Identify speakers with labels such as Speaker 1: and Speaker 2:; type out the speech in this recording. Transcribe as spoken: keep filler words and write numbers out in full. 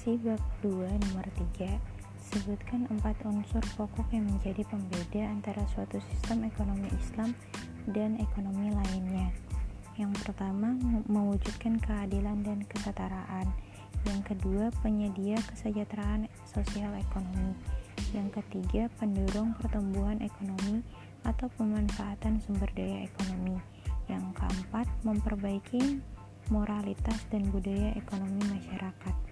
Speaker 1: Redaksi bab dua nomor tiga. Sebutkan empat unsur pokok yang menjadi pembeda antara suatu sistem ekonomi Islam dan ekonomi lainnya. Yang pertama, mewujudkan keadilan dan kesetaraan. Yang kedua, penyedia kesejahteraan sosial ekonomi. Yang ketiga, pendorong pertumbuhan ekonomi atau pemanfaatan sumber daya ekonomi. Yang keempat, memperbaiki moralitas dan budaya ekonomi masyarakat.